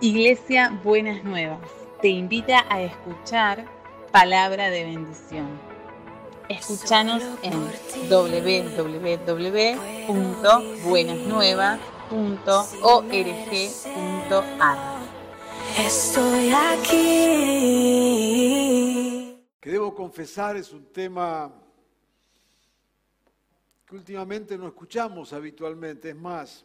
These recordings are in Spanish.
Iglesia Buenas Nuevas te invita a escuchar palabra de bendición. Escúchanos en www.buenasnuevas.org.ar. Estoy aquí. Que debo confesar es un tema que últimamente no escuchamos habitualmente. Es más,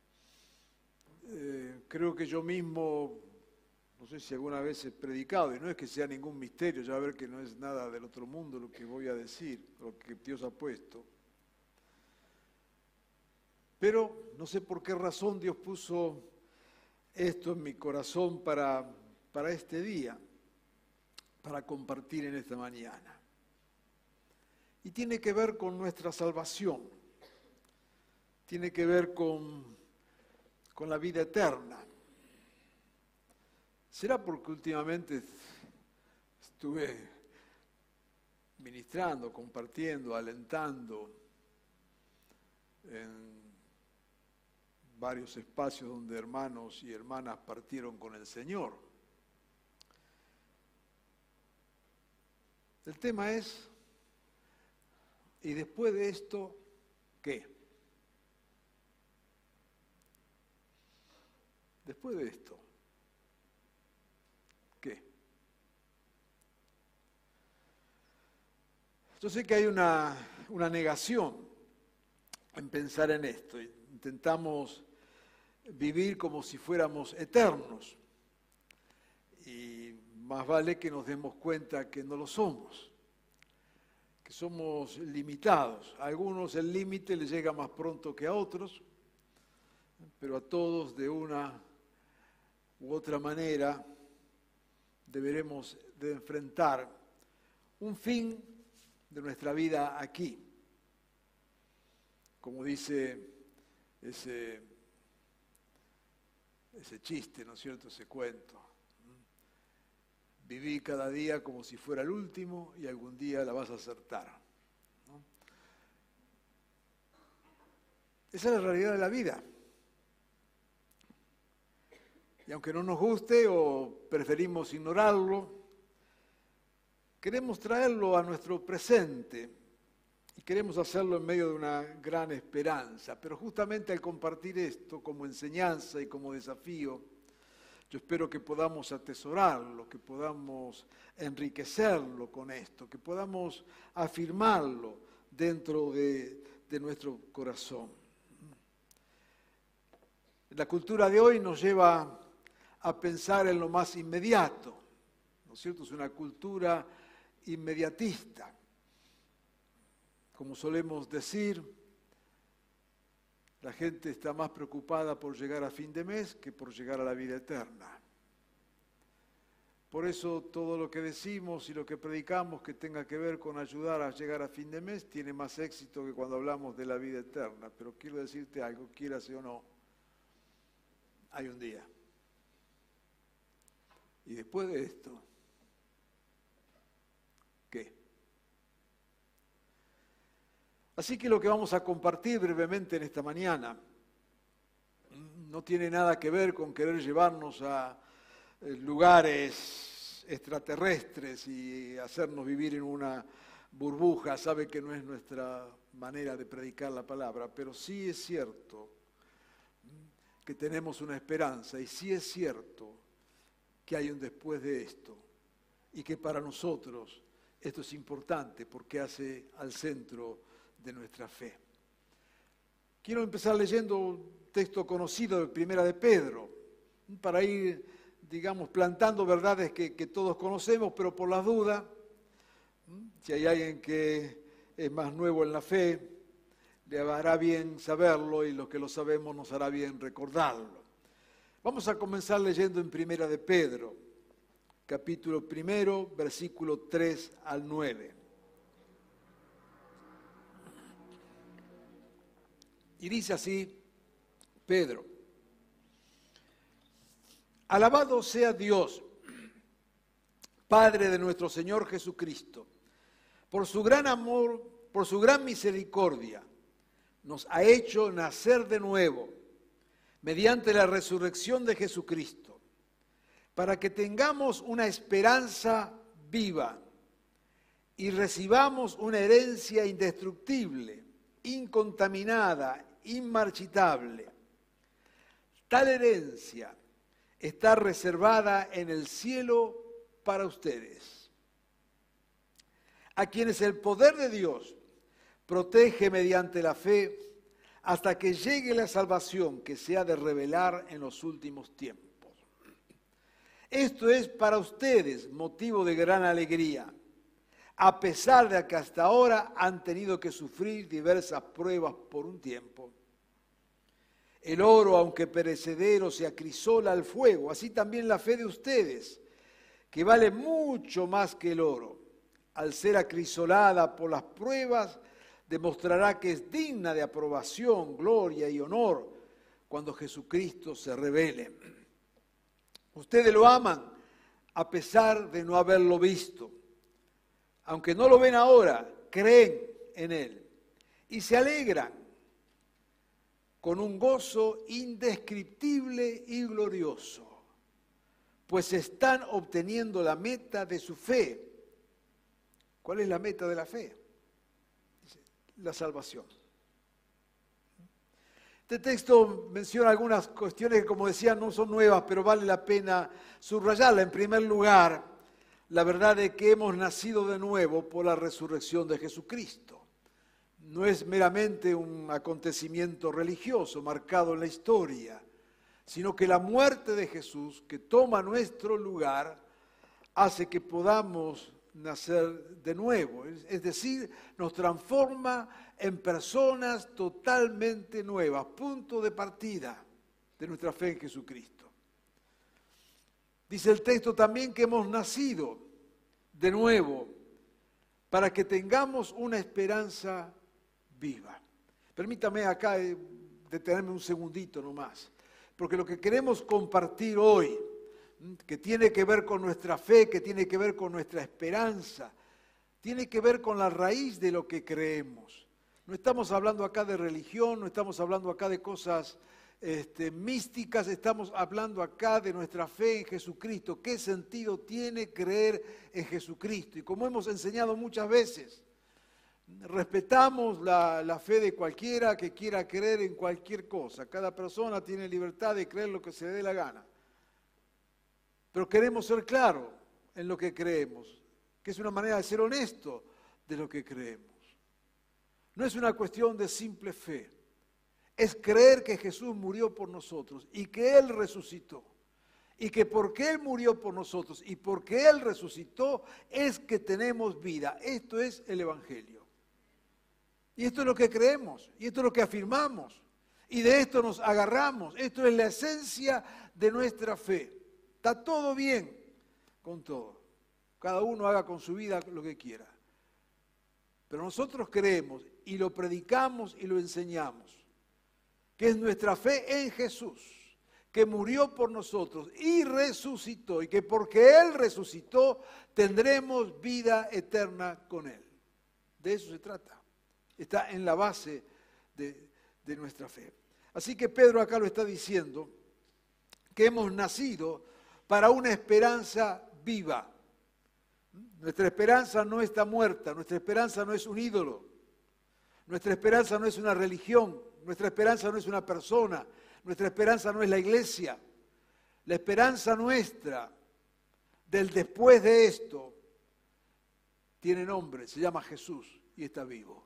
creo que yo mismo, no sé si alguna vez he predicado, y no es que sea ningún misterio, ya va a ver que no es nada del otro mundo lo que voy a decir, lo que Dios ha puesto. Pero no sé por qué razón Dios puso esto en mi corazón para este día, para compartir en esta mañana. Y tiene que ver con nuestra salvación, tiene que ver con la vida eterna. ¿Será porque últimamente estuve ministrando, compartiendo, alentando en varios espacios donde hermanos y hermanas partieron con el Señor? El tema es, ¿y después de esto qué? Después de esto, ¿qué? Yo sé que hay una negación en pensar en esto. Intentamos vivir como si fuéramos eternos. Y más vale que nos demos cuenta que no lo somos, que somos limitados. A algunos el límite les llega más pronto que a otros, pero a todos de una u otra manera deberemos de enfrentar un fin de nuestra vida aquí. Como dice ese chiste, ¿no es cierto?, ese cuento. Viví cada día como si fuera el último y algún día la vas a acertar, ¿no? Esa es la realidad de la vida. Y aunque no nos guste o preferimos ignorarlo, queremos traerlo a nuestro presente y queremos hacerlo en medio de una gran esperanza. Pero justamente al compartir esto como enseñanza y como desafío, yo espero que podamos atesorarlo, que podamos enriquecerlo con esto, que podamos afirmarlo dentro de nuestro corazón. La cultura de hoy nos lleva a pensar en lo más inmediato, ¿no es cierto? Es una cultura inmediatista. Como solemos decir, la gente está más preocupada por llegar a fin de mes que por llegar a la vida eterna. Por eso todo lo que decimos y lo que predicamos que tenga que ver con ayudar a llegar a fin de mes tiene más éxito que cuando hablamos de la vida eterna. Pero quiero decirte algo, quieras o no, hay un día. Y después de esto, ¿qué? Así que lo que vamos a compartir brevemente en esta mañana no tiene nada que ver con querer llevarnos a lugares extraterrestres y hacernos vivir en una burbuja. Sabe que no es nuestra manera de predicar la palabra, pero sí es cierto que tenemos una esperanza y sí es cierto que hay un después de esto y que para nosotros esto es importante porque hace al centro de nuestra fe. Quiero empezar leyendo un texto conocido de Primera de Pedro, para ir, digamos, plantando verdades que todos conocemos, pero por las dudas, si hay alguien que es más nuevo en la fe, le hará bien saberlo y los que lo sabemos nos hará bien recordarlo. Vamos a comenzar leyendo en Primera de Pedro, capítulo 1, versículo 3 al 9. Y dice así Pedro: alabado sea Dios, Padre de nuestro Señor Jesucristo, por su gran amor, por su gran misericordia, nos ha hecho nacer de nuevo mediante la resurrección de Jesucristo, para que tengamos una esperanza viva y recibamos una herencia indestructible, incontaminada, inmarchitable. Tal herencia está reservada en el cielo para ustedes, a quienes el poder de Dios protege mediante la fe hasta que llegue la salvación que se ha de revelar en los últimos tiempos. Esto es para ustedes motivo de gran alegría, a pesar de que hasta ahora han tenido que sufrir diversas pruebas por un tiempo. El oro, aunque perecedero, se acrisola al fuego, así también la fe de ustedes, que vale mucho más que el oro. Al ser acrisolada por las pruebas, demostrará que es digna de aprobación, gloria y honor cuando Jesucristo se revele. Ustedes lo aman a pesar de no haberlo visto. Aunque no lo ven ahora, creen en Él y se alegran con un gozo indescriptible y glorioso, pues están obteniendo la meta de su fe. ¿Cuál es la meta de la fe? La salvación. Este texto menciona algunas cuestiones que, como decía, no son nuevas, pero vale la pena subrayarla. En primer lugar, la verdad de que hemos nacido de nuevo por la resurrección de Jesucristo. No es meramente un acontecimiento religioso marcado en la historia, sino que la muerte de Jesús, que toma nuestro lugar, hace que podamos nacer de nuevo. Es decir, nos transforma en personas totalmente nuevas, punto de partida de nuestra fe en Jesucristo. Dice el texto también que hemos nacido de nuevo para que tengamos una esperanza viva. Permítame acá detenerme un segundito nomás, porque lo que queremos compartir hoy, que tiene que ver con nuestra fe, que tiene que ver con nuestra esperanza, tiene que ver con la raíz de lo que creemos. No estamos hablando acá de religión, no estamos hablando acá de cosas místicas, estamos hablando acá de nuestra fe en Jesucristo. ¿Qué sentido tiene creer en Jesucristo? Y como hemos enseñado muchas veces, respetamos la fe de cualquiera que quiera creer en cualquier cosa. Cada persona tiene libertad de creer lo que se le dé la gana. Pero queremos ser claros en lo que creemos, que es una manera de ser honesto de lo que creemos. No es una cuestión de simple fe, es creer que Jesús murió por nosotros y que Él resucitó. Y que porque Él murió por nosotros y porque Él resucitó es que tenemos vida. Esto es el Evangelio. Y esto es lo que creemos, y esto es lo que afirmamos, y de esto nos agarramos. Esto es la esencia de nuestra fe. Está todo bien con todo. Cada uno haga con su vida lo que quiera. Pero nosotros creemos y lo predicamos y lo enseñamos, que es nuestra fe en Jesús, que murió por nosotros y resucitó, y que porque Él resucitó tendremos vida eterna con Él. De eso se trata. Está en la base de nuestra fe. Así que Pedro acá lo está diciendo, que hemos nacido para una esperanza viva. Nuestra esperanza no está muerta, nuestra esperanza no es un ídolo, nuestra esperanza no es una religión, nuestra esperanza no es una persona, nuestra esperanza no es la iglesia. La esperanza nuestra del después de esto tiene nombre, se llama Jesús y está vivo.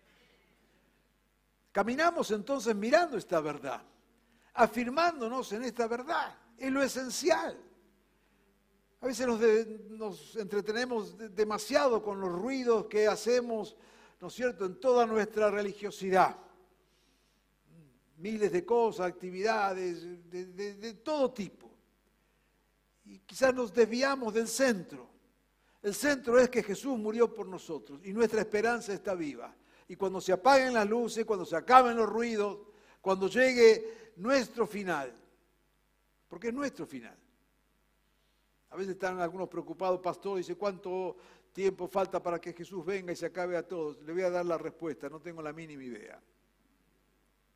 Caminamos entonces mirando esta verdad, afirmándonos en esta verdad, es lo esencial. A veces nos entretenemos demasiado con los ruidos que hacemos, ¿no es cierto?, en toda nuestra religiosidad. Miles de cosas, actividades, de todo tipo. Y quizás nos desviamos del centro. El centro es que Jesús murió por nosotros y nuestra esperanza está viva. Y cuando se apaguen las luces, cuando se acaben los ruidos, cuando llegue nuestro final, porque es nuestro final. A veces están algunos preocupados, pastor, dice, ¿cuánto tiempo falta para que Jesús venga y se acabe a todos? Le voy a dar la respuesta, no tengo la mínima idea.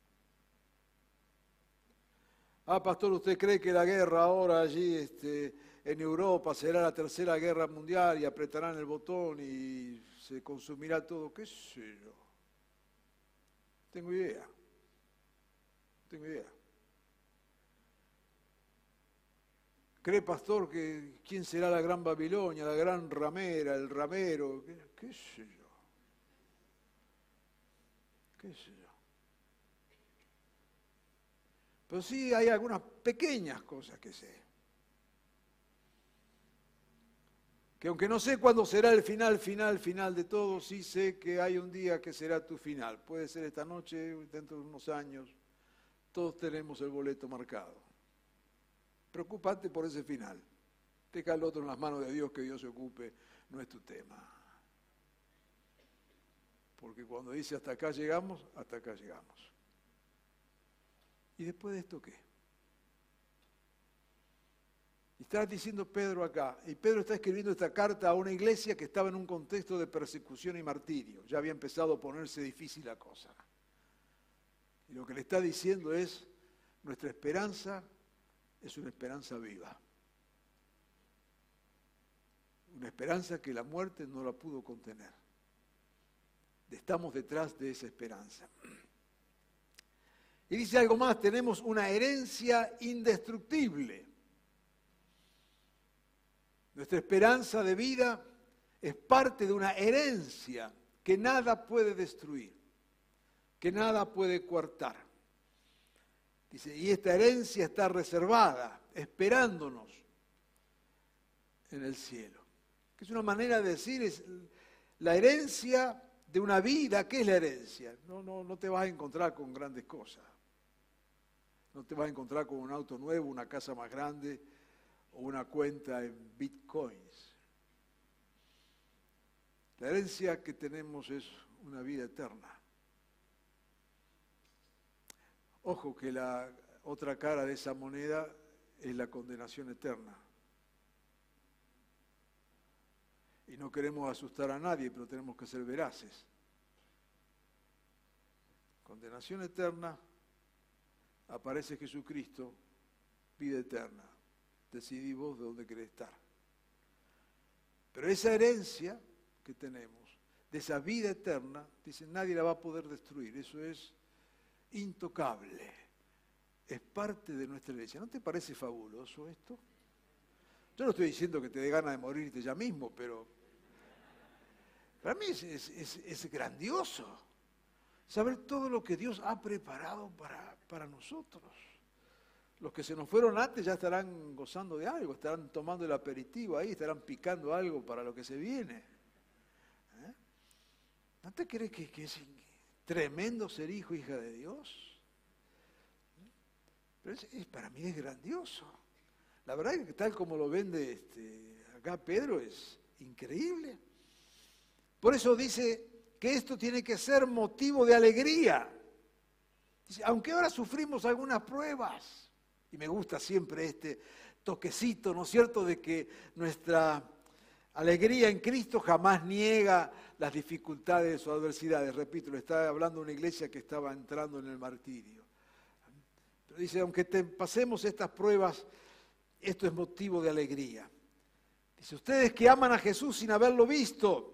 Pastor, ¿usted cree que la guerra ahora allí en Europa será la Tercera Guerra Mundial y apretarán el botón y se consumirá todo, qué sé yo. Tengo idea. ¿Cree, pastor, que quién será la gran Babilonia, la gran ramera, el ramero? ¿Qué sé yo? ¿Qué sé yo? Pero sí hay algunas pequeñas cosas que sé. Que aunque no sé cuándo será el final de todo, sí sé que hay un día que será tu final. Puede ser esta noche, dentro de unos años. Todos tenemos el boleto marcado. Preocúpate por ese final. Deja al otro en las manos de Dios, que Dios se ocupe, no es tu tema. Porque cuando dice hasta acá llegamos, hasta acá llegamos. ¿Y después de esto qué? Y está diciendo Pedro acá, y Pedro está escribiendo esta carta a una iglesia que estaba en un contexto de persecución y martirio. Ya había empezado a ponerse difícil la cosa. Y lo que le está diciendo es, nuestra esperanza es una esperanza viva. Una esperanza que la muerte no la pudo contener. Estamos detrás de esa esperanza. Y dice algo más, tenemos una herencia indestructible. Nuestra esperanza de vida es parte de una herencia que nada puede destruir, que nada puede coartar. Dice, y esta herencia está reservada, esperándonos en el cielo. Que es una manera de decir, es la herencia de una vida. ¿Qué es la herencia? No te vas a encontrar con grandes cosas. No te vas a encontrar con un auto nuevo, una casa más grande o una cuenta en bitcoins. La herencia que tenemos es una vida eterna. Ojo que la otra cara de esa moneda es la condenación eterna. Y no queremos asustar a nadie, pero tenemos que ser veraces. Condenación eterna, aparece Jesucristo, vida eterna. Decidí vos de dónde querés estar. Pero esa herencia que tenemos, de esa vida eterna, dice, nadie la va a poder destruir. Eso es intocable. Es parte de nuestra herencia. ¿No te parece fabuloso esto? Yo no estoy diciendo que te dé ganas de morirte ya mismo, pero para mí es grandioso saber todo lo que Dios ha preparado para nosotros. Los que se nos fueron antes ya estarán gozando de algo, estarán tomando el aperitivo ahí, estarán picando algo para lo que se viene. ¿No te crees que es tremendo ser hijo, hija de Dios? Pero para mí es grandioso. La verdad es que tal como lo vende acá Pedro es increíble. Por eso dice que esto tiene que ser motivo de alegría. Dice, aunque ahora sufrimos algunas pruebas, y me gusta siempre este toquecito, ¿no es cierto?, de que nuestra alegría en Cristo jamás niega las dificultades o adversidades. Repito, le estaba hablando a una iglesia que estaba entrando en el martirio. Pero dice, aunque pasemos estas pruebas, esto es motivo de alegría. Dice, ustedes que aman a Jesús sin haberlo visto,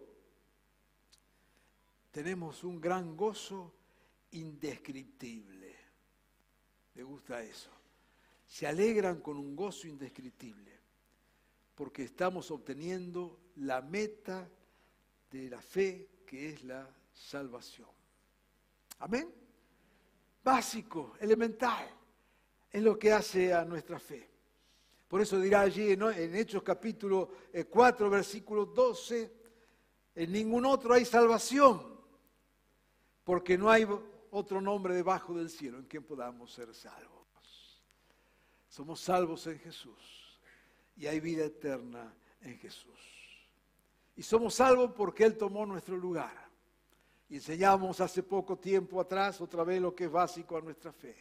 tenemos un gran gozo indescriptible. Me gusta eso. Se alegran con un gozo indescriptible, porque estamos obteniendo la meta de la fe, que es la salvación. ¿Amén? Básico, elemental, es lo que hace a nuestra fe. Por eso dirá allí, ¿no?, en Hechos capítulo 4, versículo 12, en ningún otro hay salvación, porque no hay otro nombre debajo del cielo en quien podamos ser salvos. Somos salvos en Jesús y hay vida eterna en Jesús. Y somos salvos porque Él tomó nuestro lugar. Y enseñamos hace poco tiempo atrás otra vez lo que es básico a nuestra fe.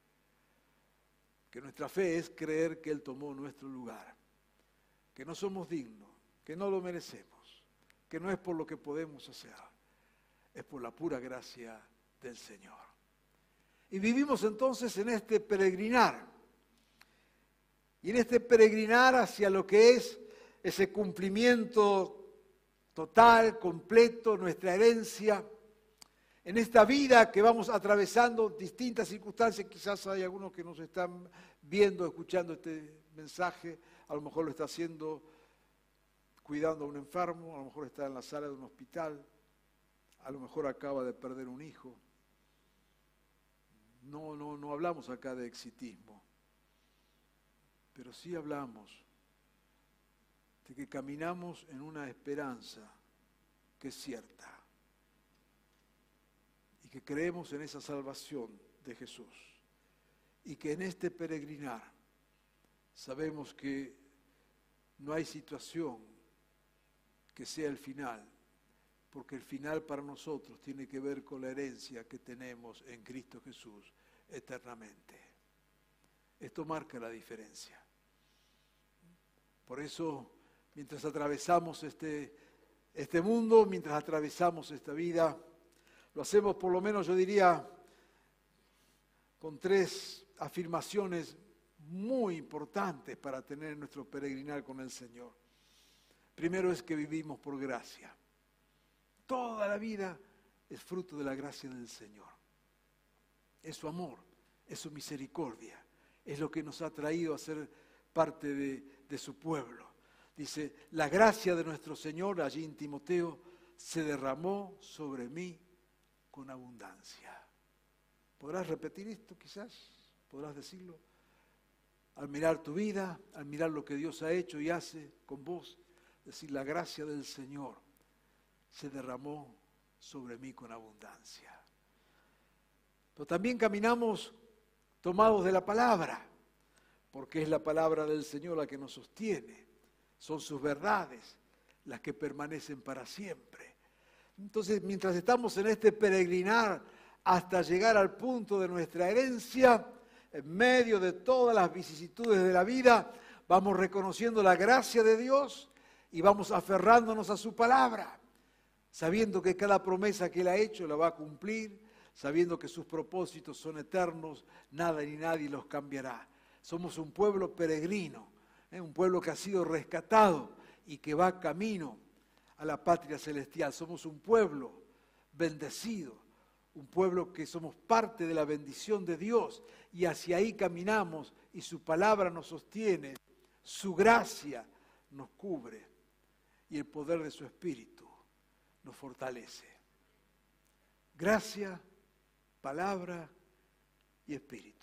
Que nuestra fe es creer que Él tomó nuestro lugar. Que no somos dignos, que no lo merecemos, que no es por lo que podemos hacer, es por la pura gracia del Señor. Y vivimos entonces en este peregrinar. Y en este peregrinar hacia lo que es ese cumplimiento total, completo, nuestra herencia, en esta vida que vamos atravesando distintas circunstancias, quizás hay algunos que nos están viendo, escuchando este mensaje, a lo mejor lo está haciendo cuidando a un enfermo, a lo mejor está en la sala de un hospital, a lo mejor acaba de perder un hijo. No hablamos acá de exitismo, pero sí hablamos de que caminamos en una esperanza que es cierta y que creemos en esa salvación de Jesús y que en este peregrinar sabemos que no hay situación que sea el final, porque el final para nosotros tiene que ver con la herencia que tenemos en Cristo Jesús eternamente. Esto marca la diferencia. Por eso, mientras atravesamos este mundo, mientras atravesamos esta vida, lo hacemos por lo menos, yo diría, con 3 afirmaciones muy importantes para tener nuestro peregrinar con el Señor. Primero es que vivimos por gracia. Toda la vida es fruto de la gracia del Señor. Es su amor, es su misericordia, es lo que nos ha traído a ser parte de su pueblo. Dice, la gracia de nuestro Señor, allí en Timoteo, se derramó sobre mí con abundancia. ¿Podrás repetir esto quizás? ¿Podrás decirlo? Al mirar tu vida, al mirar lo que Dios ha hecho y hace con vos, decir, la gracia del Señor se derramó sobre mí con abundancia. Pero también caminamos tomados de la palabra, porque es la palabra del Señor la que nos sostiene. Son sus verdades las que permanecen para siempre. Entonces, mientras estamos en este peregrinar hasta llegar al punto de nuestra herencia, en medio de todas las vicisitudes de la vida, vamos reconociendo la gracia de Dios y vamos aferrándonos a su palabra, sabiendo que cada promesa que Él ha hecho la va a cumplir, sabiendo que sus propósitos son eternos, nada ni nadie los cambiará. Somos un pueblo peregrino, un pueblo que ha sido rescatado y que va camino a la patria celestial. Somos un pueblo bendecido, un pueblo que somos parte de la bendición de Dios y hacia ahí caminamos y su palabra nos sostiene, su gracia nos cubre y el poder de su Espíritu nos fortalece. Gracia, palabra y Espíritu.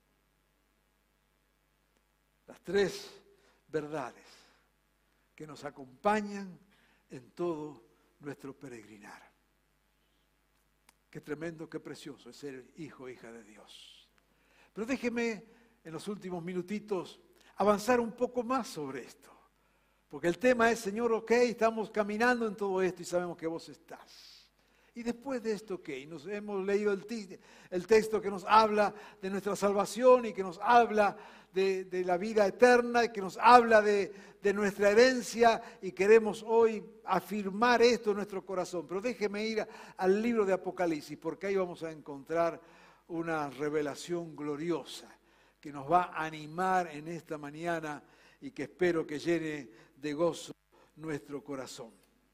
Las 3 verdades que nos acompañan en todo nuestro peregrinar. Qué tremendo, qué precioso es ser hijo e hija de Dios. Pero déjeme en los últimos minutitos avanzar un poco más sobre esto. Porque el tema es, Señor, ok, estamos caminando en todo esto y sabemos que vos estás. Y después de esto, ok, nos hemos leído el texto que nos habla de nuestra salvación y que nos habla de la vida eterna y que nos habla de nuestra herencia y queremos hoy afirmar esto en nuestro corazón. Pero déjeme ir al libro de Apocalipsis porque ahí vamos a encontrar una revelación gloriosa que nos va a animar en esta mañana y que espero que llene de gozo nuestro corazón.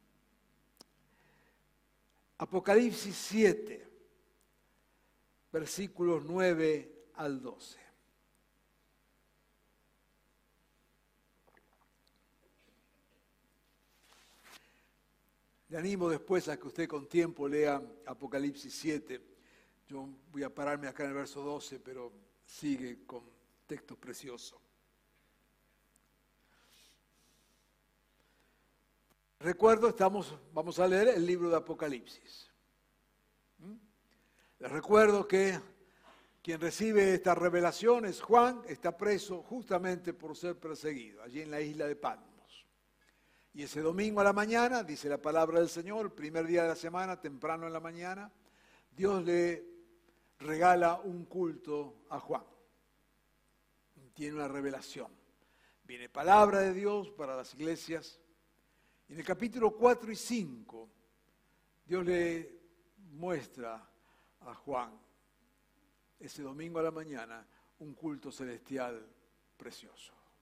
Apocalipsis 7, versículos 9 al 12. Le animo después a que usted con tiempo lea Apocalipsis 7. Yo voy a pararme acá en el verso 12, pero sigue con texto precioso. Recuerdo, vamos a leer el libro de Apocalipsis. Les recuerdo que quien recibe esta revelación es Juan, está preso justamente por ser perseguido, allí en la isla de Patmos. Y ese domingo a la mañana, dice la palabra del Señor, el primer día de la semana, temprano en la mañana, Dios le regala un culto a Juan. Tiene una revelación. Viene palabra de Dios para las iglesias. Y en el capítulo 4 y 5, Dios le muestra a Juan, ese domingo a la mañana, un culto celestial precioso.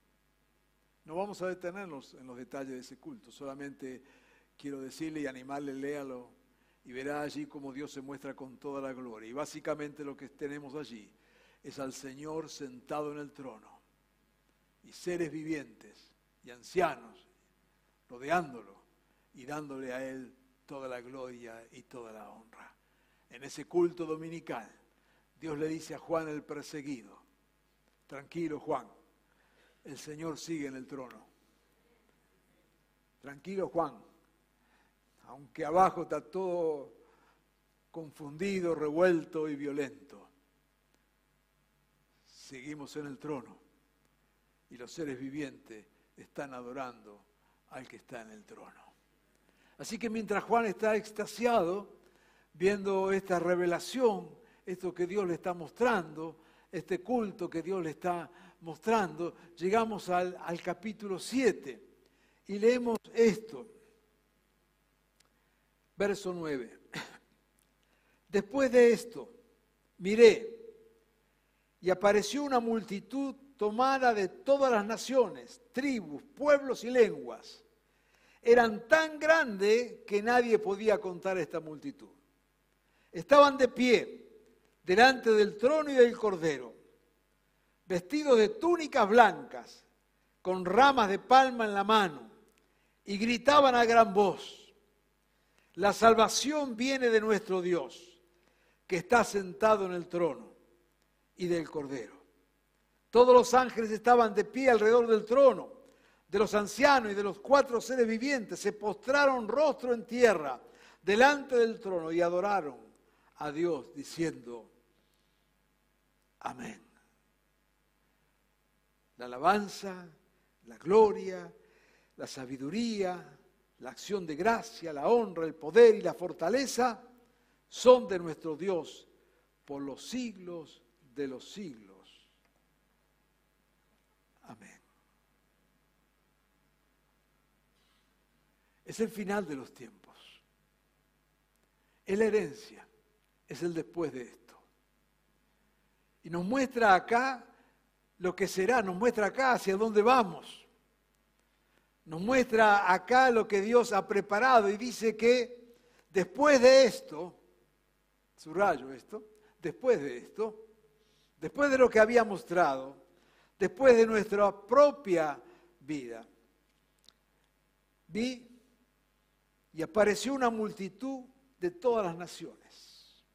No vamos a detenernos en los detalles de ese culto, solamente quiero decirle y animarle, léalo y verá allí cómo Dios se muestra con toda la gloria. Y básicamente lo que tenemos allí es al Señor sentado en el trono y seres vivientes y ancianos rodeándolo y dándole a Él toda la gloria y toda la honra. En ese culto dominical, Dios le dice a Juan el perseguido: tranquilo, Juan, el Señor sigue en el trono. Tranquilo, Juan, aunque abajo está todo confundido, revuelto y violento, seguimos en el trono y los seres vivientes están adorando al que está en el trono. Así que mientras Juan está extasiado, viendo esta revelación, esto que Dios le está mostrando, este culto que Dios le está mostrando, llegamos al capítulo 7 y leemos esto. Verso 9. Después de esto, miré, y apareció una multitud tomada de todas las naciones, tribus, pueblos y lenguas. Eran tan grandes que nadie podía contar esta multitud. Estaban de pie delante del trono y del Cordero, vestidos de túnicas blancas, con ramas de palma en la mano, y gritaban a gran voz: la salvación viene de nuestro Dios, que está sentado en el trono, y del Cordero. Todos los ángeles estaban de pie alrededor del trono, de los ancianos y de los 4 seres vivientes. Se postraron rostro en tierra delante del trono y adoraron a Dios diciendo: amén. La alabanza, la gloria, la sabiduría, la acción de gracia, la honra, el poder y la fortaleza son de nuestro Dios por los siglos de los siglos. Amén. Es el final de los tiempos. Es la herencia, es el después de esto. Y nos muestra acá lo que será, nos muestra acá hacia dónde vamos. Nos muestra acá lo que Dios ha preparado y dice que después de esto, subrayo esto, después de esto, después de lo que había mostrado, después de nuestra propia vida, vi y apareció una multitud de todas las naciones.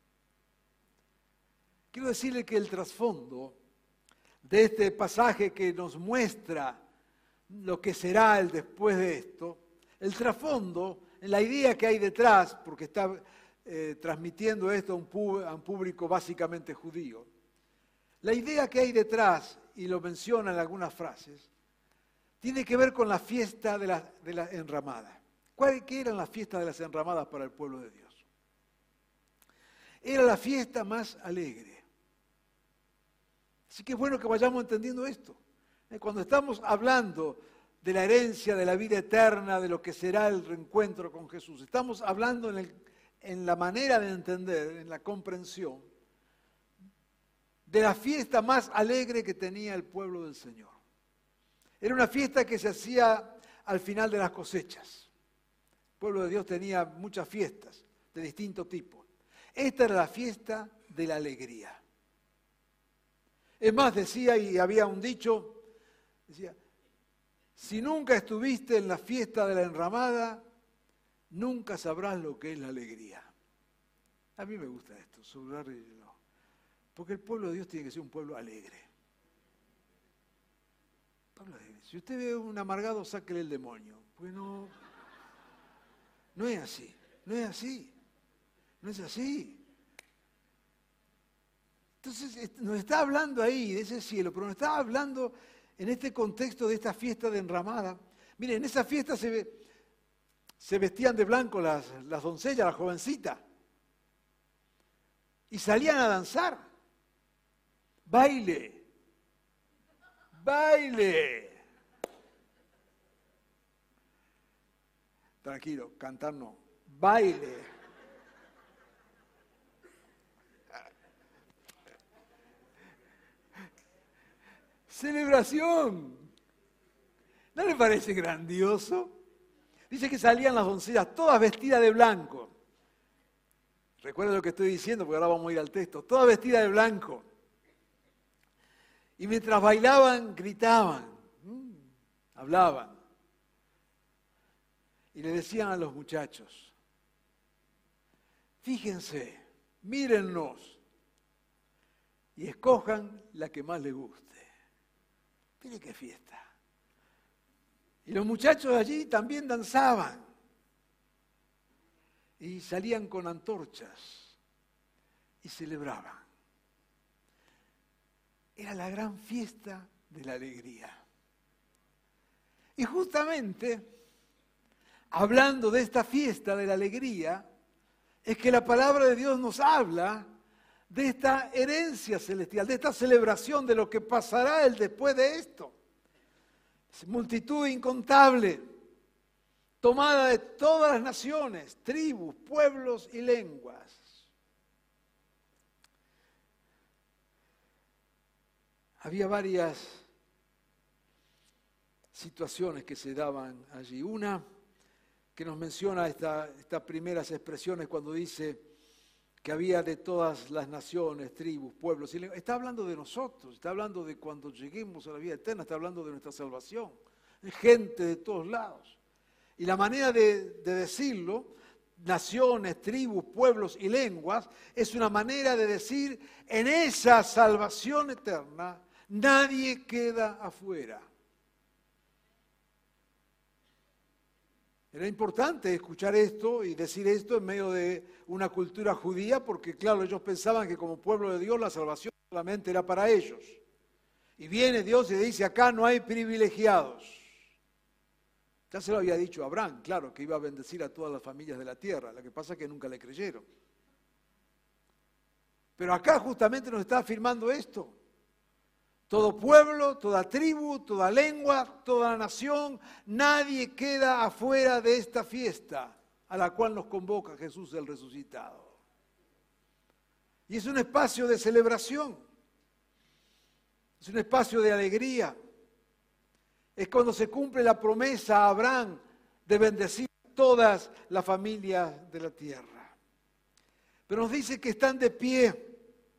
Quiero decirle que el trasfondo de este pasaje que nos muestra lo que será el después de esto, el trasfondo, la idea que hay detrás, porque está transmitiendo esto a un público básicamente judío, la idea que hay detrás, y lo menciona en algunas frases, tiene que ver con la fiesta de la enramada. ¿Qué eran las fiestas de las enramadas para el pueblo de Dios? Era la fiesta más alegre. Así que es bueno que vayamos entendiendo esto. Cuando estamos hablando de la herencia, de la vida eterna, de lo que será el reencuentro con Jesús, estamos hablando en la manera de entender, en la comprensión, de la fiesta más alegre que tenía el pueblo del Señor. Era una fiesta que se hacía al final de las cosechas. El pueblo de Dios tenía muchas fiestas de distinto tipo. Esta era la fiesta de la alegría. Es más, decía, y había un dicho, decía: si nunca estuviste en la fiesta de la enramada, nunca sabrás lo que es la alegría. A mí me gusta esto, subrayarlo, porque el pueblo de Dios tiene que ser un pueblo alegre. Pueblo alegre. Si usted ve un amargado, sáquele el demonio, porque no es así, no es así, no es así. Entonces nos está hablando ahí de ese cielo, pero nos está hablando en este contexto de esta fiesta de enramada. Miren, en esa fiesta se vestían de blanco las doncellas, las jovencitas, y salían a danzar. Baile, baile. Tranquilo, cantar no, baile. Celebración. ¿No le parece grandioso? Dice que salían las doncellas todas vestidas de blanco. Recuerden lo que estoy diciendo porque ahora vamos a ir al texto. Todas vestidas de blanco. Y mientras bailaban, gritaban, hablaban. Y le decían a los muchachos, fíjense, mírennos y escojan la que más les guste. Miren qué fiesta. Y los muchachos allí también danzaban y salían con antorchas y celebraban. Era la gran fiesta de la alegría. Y justamente, hablando de esta fiesta de la alegría, es que la palabra de Dios nos habla de esta herencia celestial, de esta celebración de lo que pasará el después de esto. Es multitud incontable, tomada de todas las naciones, tribus, pueblos y lenguas. Había varias situaciones que se daban allí. Una que nos menciona estas primeras expresiones cuando dice que había de todas las naciones, tribus, pueblos y lenguas. Está hablando de nosotros, está hablando de cuando lleguemos a la vida eterna, está hablando de nuestra salvación. Es gente de todos lados. Y la manera de decirlo, naciones, tribus, pueblos y lenguas, es una manera de decir, en esa salvación eterna, nadie queda afuera. Era importante escuchar esto y decir esto en medio de una cultura judía, porque claro, ellos pensaban que como pueblo de Dios la salvación solamente era para ellos. Y viene Dios y dice, acá no hay privilegiados. Ya se lo había dicho a Abraham, claro, que iba a bendecir a todas las familias de la tierra. Lo que pasa es que nunca le creyeron. Pero acá justamente nos está afirmando esto. Todo pueblo, toda tribu, toda lengua, toda nación, nadie queda afuera de esta fiesta a la cual nos convoca Jesús el resucitado. Y es un espacio de celebración, es un espacio de alegría. Es cuando se cumple la promesa a Abraham de bendecir a todas las familias de la tierra. Pero nos dice que están de pie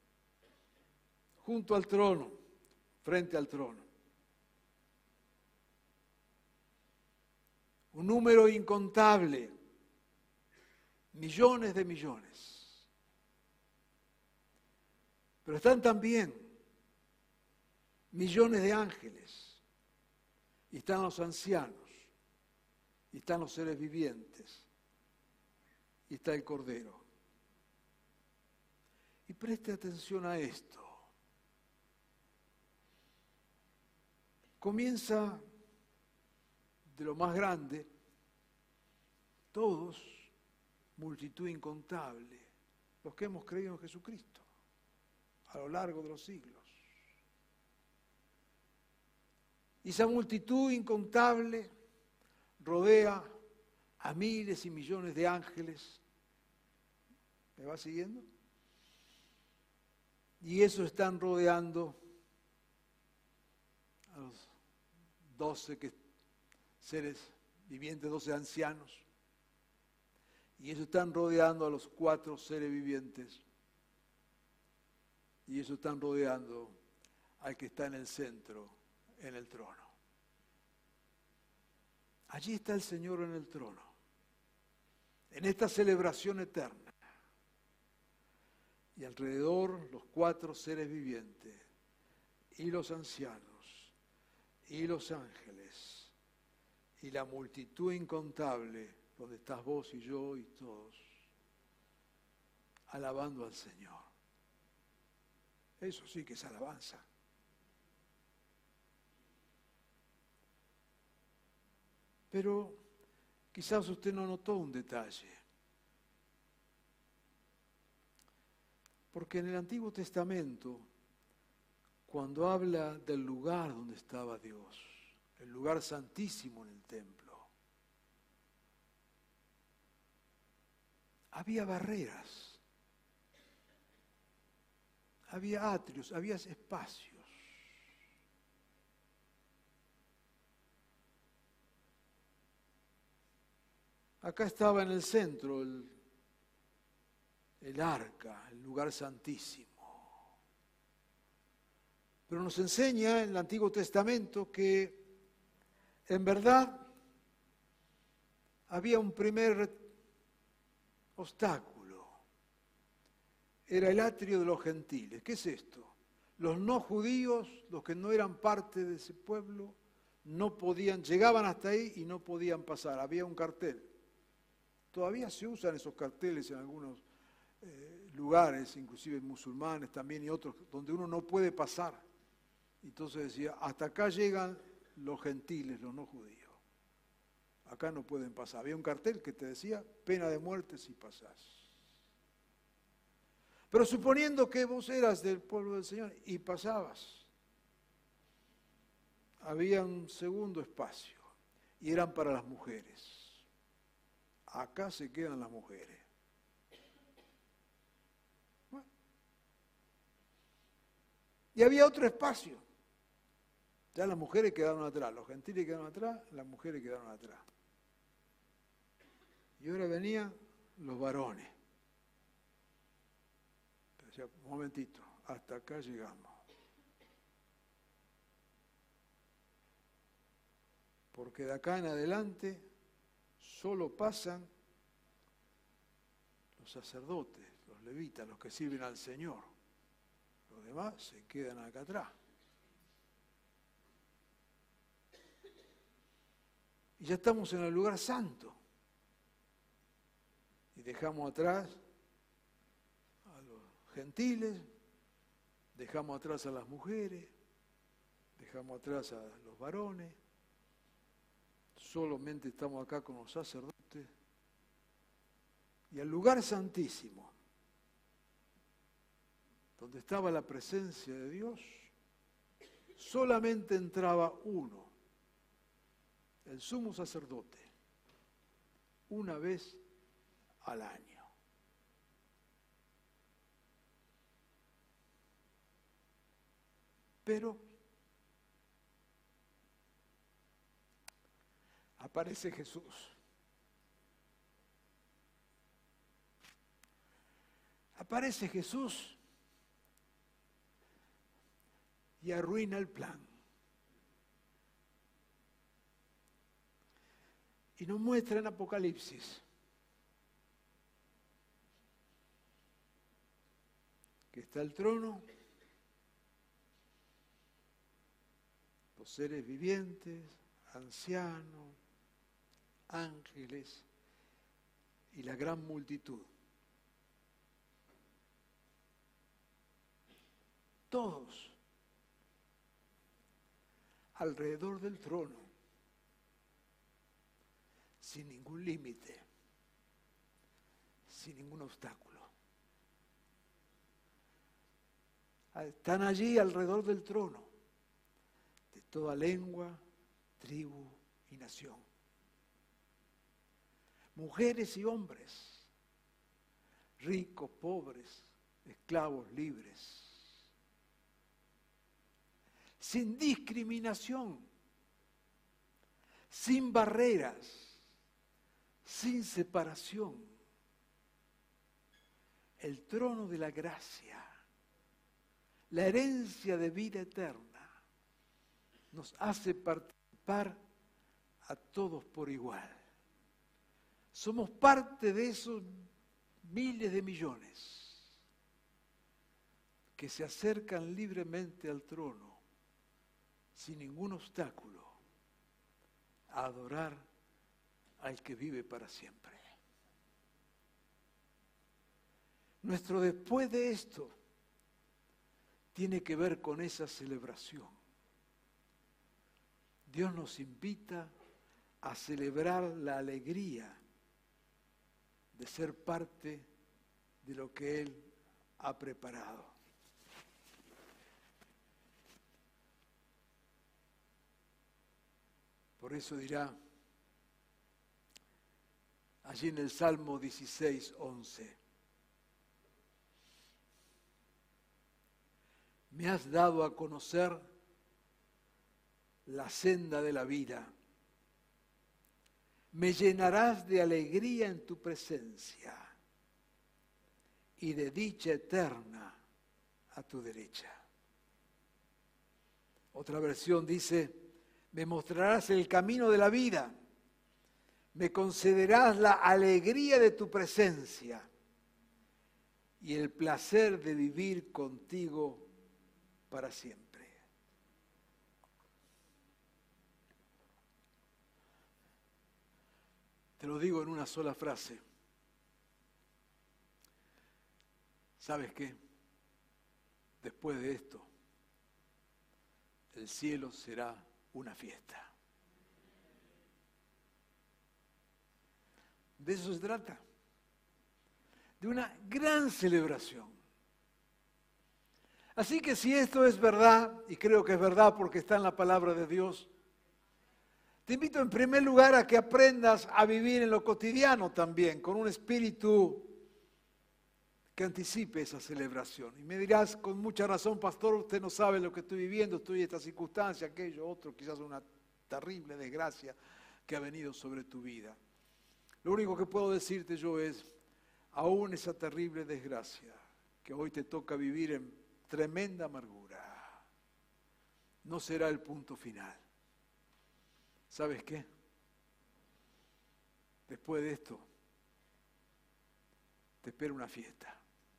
junto al trono. Frente al trono. Un número incontable, millones de millones. Pero están también millones de ángeles, y están los ancianos, y están los seres vivientes, y está el Cordero. Y preste atención a esto. Comienza de lo más grande, todos, multitud incontable, los que hemos creído en Jesucristo a lo largo de los siglos. Y esa multitud incontable rodea a miles y millones de ángeles. ¿Me va siguiendo? Y eso están rodeando a los 12 seres vivientes, 12 ancianos, y ellos están rodeando a los 4 seres vivientes, y ellos están rodeando al que está en el centro, en el trono. Allí está el Señor en el trono, en esta celebración eterna, y alrededor los 4 seres vivientes, y los ancianos, y los ángeles, y la multitud incontable, donde estás vos y yo y todos, alabando al Señor. Eso sí que es alabanza. Pero quizás usted no notó un detalle, porque en el Antiguo Testamento, cuando habla del lugar donde estaba Dios, el lugar santísimo en el templo, había barreras, había atrios, había espacios. Acá estaba en el centro el arca, el lugar santísimo. Pero nos enseña en el Antiguo Testamento que en verdad había un primer obstáculo. Era el atrio de los gentiles. ¿Qué es esto? Los no judíos, los que no eran parte de ese pueblo, no podían, llegaban hasta ahí y no podían pasar. Había un cartel. Todavía se usan esos carteles en algunos lugares, inclusive musulmanes también y otros, donde uno no puede pasar. Entonces decía, hasta acá llegan los gentiles, los no judíos. Acá no pueden pasar. Había un cartel que te decía, pena de muerte si pasás. Pero suponiendo que vos eras del pueblo del Señor y pasabas, había un segundo espacio y eran para las mujeres. Acá se quedan las mujeres. Bueno. Y había otro espacio. Ya las mujeres quedaron atrás, los gentiles quedaron atrás, las mujeres quedaron atrás. Y ahora venían los varones. Decía, un momentito, hasta acá llegamos. Porque de acá en adelante solo pasan los sacerdotes, los levitas, los que sirven al Señor. Los demás se quedan acá atrás. Y ya estamos en el lugar santo. Y dejamos atrás a los gentiles, dejamos atrás a las mujeres, dejamos atrás a los varones. Solamente estamos acá con los sacerdotes. Y al lugar santísimo, donde estaba la presencia de Dios, solamente entraba uno, el sumo sacerdote, una vez al año. Pero aparece Jesús. Aparece Jesús y arruina el plan. Y nos muestra en Apocalipsis que está el trono, los seres vivientes, ancianos, ángeles y la gran multitud. Todos alrededor del trono, sin ningún límite, sin ningún obstáculo. Están allí alrededor del trono, de toda lengua, tribu y nación. Mujeres y hombres, ricos, pobres, esclavos, libres. Sin discriminación, sin barreras, sin separación. El trono de la gracia, la herencia de vida eterna, nos hace participar a todos por igual. Somos parte de esos miles de millones que se acercan libremente al trono, sin ningún obstáculo, a adorar al que vive para siempre. Nuestro después de esto tiene que ver con esa celebración. Dios nos invita a celebrar la alegría de ser parte de lo que Él ha preparado. Por eso dirá allí en el Salmo 16:11, me has dado a conocer la senda de la vida. Me llenarás de alegría en tu presencia y de dicha eterna a tu derecha. Otra versión dice, me mostrarás el camino de la vida, me concederás la alegría de tu presencia y el placer de vivir contigo para siempre. Te lo digo en una sola frase. ¿Sabes qué? Después de esto, el cielo será una fiesta. De eso se trata. De una gran celebración. Así que si esto es verdad, y creo que es verdad porque está en la palabra de Dios, te invito en primer lugar a que aprendas a vivir en lo cotidiano también, con un espíritu que anticipe esa celebración. Y me dirás, con mucha razón, pastor, usted no sabe lo que estoy viviendo, estoy en esta circunstancia, aquello, otro, quizás una terrible desgracia que ha venido sobre tu vida. Lo único que puedo decirte yo es, aún esa terrible desgracia que hoy te toca vivir en tremenda amargura, no será el punto final. ¿Sabes qué? Después de esto, te espera una fiesta.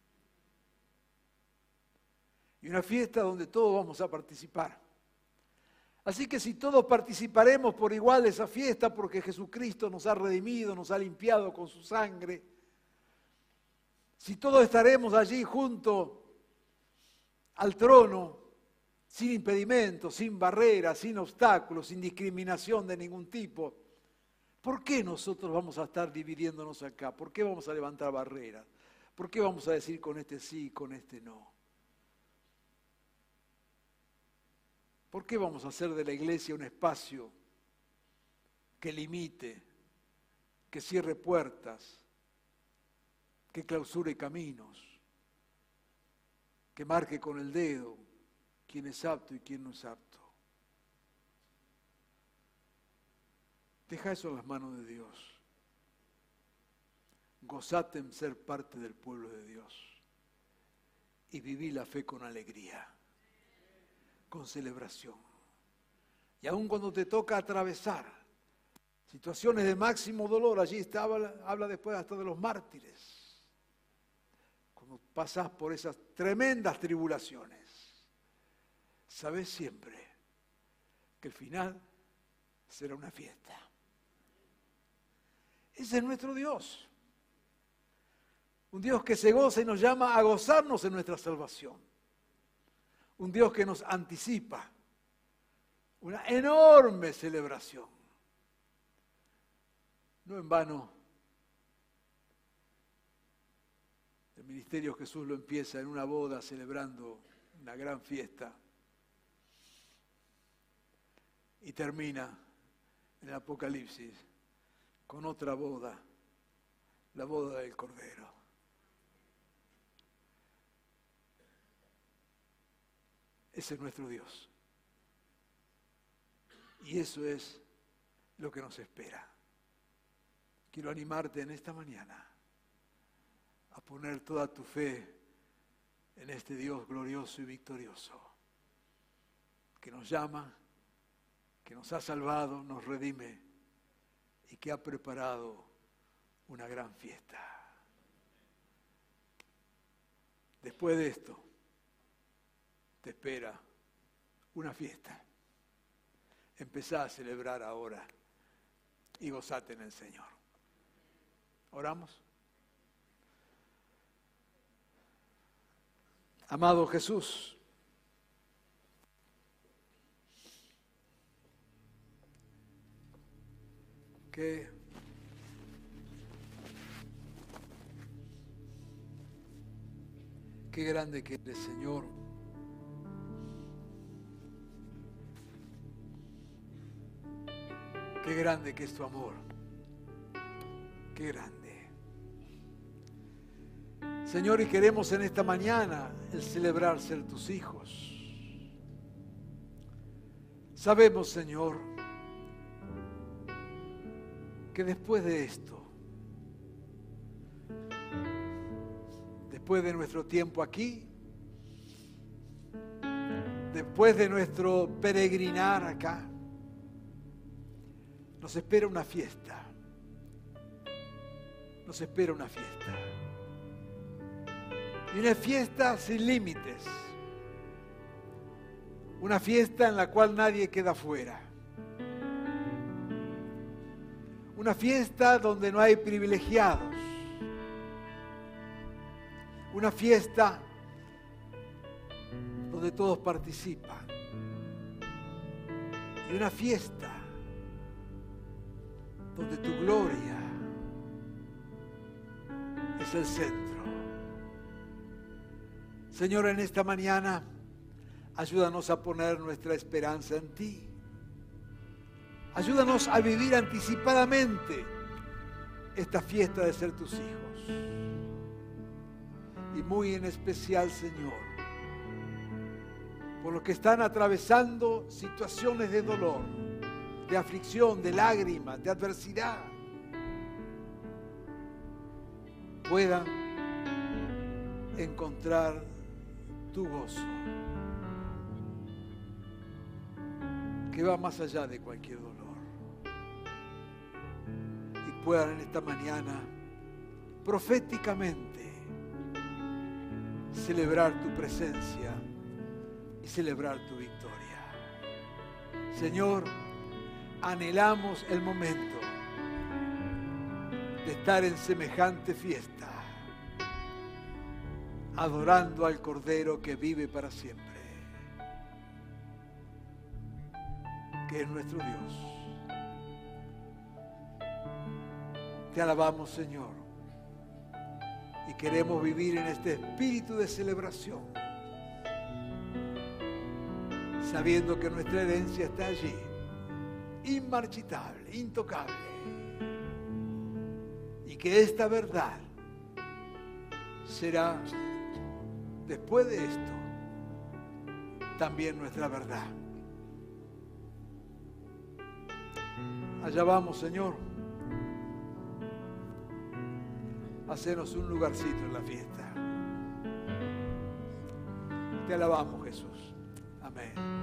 Y una fiesta donde todos vamos a participar. Así que si todos participaremos por igual de esa fiesta, porque Jesucristo nos ha redimido, nos ha limpiado con su sangre, si todos estaremos allí junto al trono, sin impedimentos, sin barreras, sin obstáculos, sin discriminación de ningún tipo, ¿por qué nosotros vamos a estar dividiéndonos acá? ¿Por qué vamos a levantar barreras? ¿Por qué vamos a decir con este sí y con este no? ¿Por qué vamos a hacer de la iglesia un espacio que limite, que cierre puertas, que clausure caminos, que marque con el dedo quién es apto y quién no es apto? Deja eso en las manos de Dios. Gozate en ser parte del pueblo de Dios y viví la fe con alegría, con celebración. Y aun cuando te toca atravesar situaciones de máximo dolor, allí habla después hasta de los mártires, cuando pasas por esas tremendas tribulaciones, sabes siempre que el final será una fiesta. Ese es nuestro Dios. Un Dios que se goza y nos llama a gozarnos en nuestra salvación. Un Dios que nos anticipa una enorme celebración. No en vano, el ministerio Jesús lo empieza en una boda celebrando una gran fiesta y termina en el Apocalipsis con otra boda, la boda del Cordero. Ese es nuestro Dios. Y eso es lo que nos espera. Quiero animarte en esta mañana a poner toda tu fe en este Dios glorioso y victorioso, que nos llama, que nos ha salvado, nos redime y que ha preparado una gran fiesta. Después de esto, te espera una fiesta. Empezá a celebrar ahora y gozate en el Señor. ¿Oramos? Amado Jesús, qué grande que eres, Señor. Qué grande que es tu amor. Qué grande. Señor, y queremos en esta mañana el celebrar ser tus hijos. Sabemos, Señor, que después de esto, después de nuestro tiempo aquí, después de nuestro peregrinar acá, nos espera una fiesta. Nos espera una fiesta. Y una fiesta sin límites. Una fiesta en la cual nadie queda fuera. Una fiesta donde no hay privilegiados. Una fiesta donde todos participan. Y una fiesta donde tu gloria es el centro. Señor, en esta mañana, ayúdanos a poner nuestra esperanza en ti. Ayúdanos a vivir anticipadamente esta fiesta de ser tus hijos. Y muy en especial, Señor, por los que están atravesando situaciones de dolor, de aflicción, de lágrimas, de adversidad, puedan encontrar tu gozo, que va más allá de cualquier dolor. Y puedan en esta mañana proféticamente celebrar tu presencia y celebrar tu victoria. Señor, anhelamos el momento de estar en semejante fiesta, adorando al Cordero que vive para siempre, que es nuestro Dios. Te alabamos, Señor, y queremos vivir en este espíritu de celebración, sabiendo que nuestra herencia está allí, inmarchitable, intocable, y que esta verdad será, después de esto, también nuestra verdad. Allá vamos, Señor. Hacenos un lugarcito en la fiesta. Te alabamos, Jesús. Amén.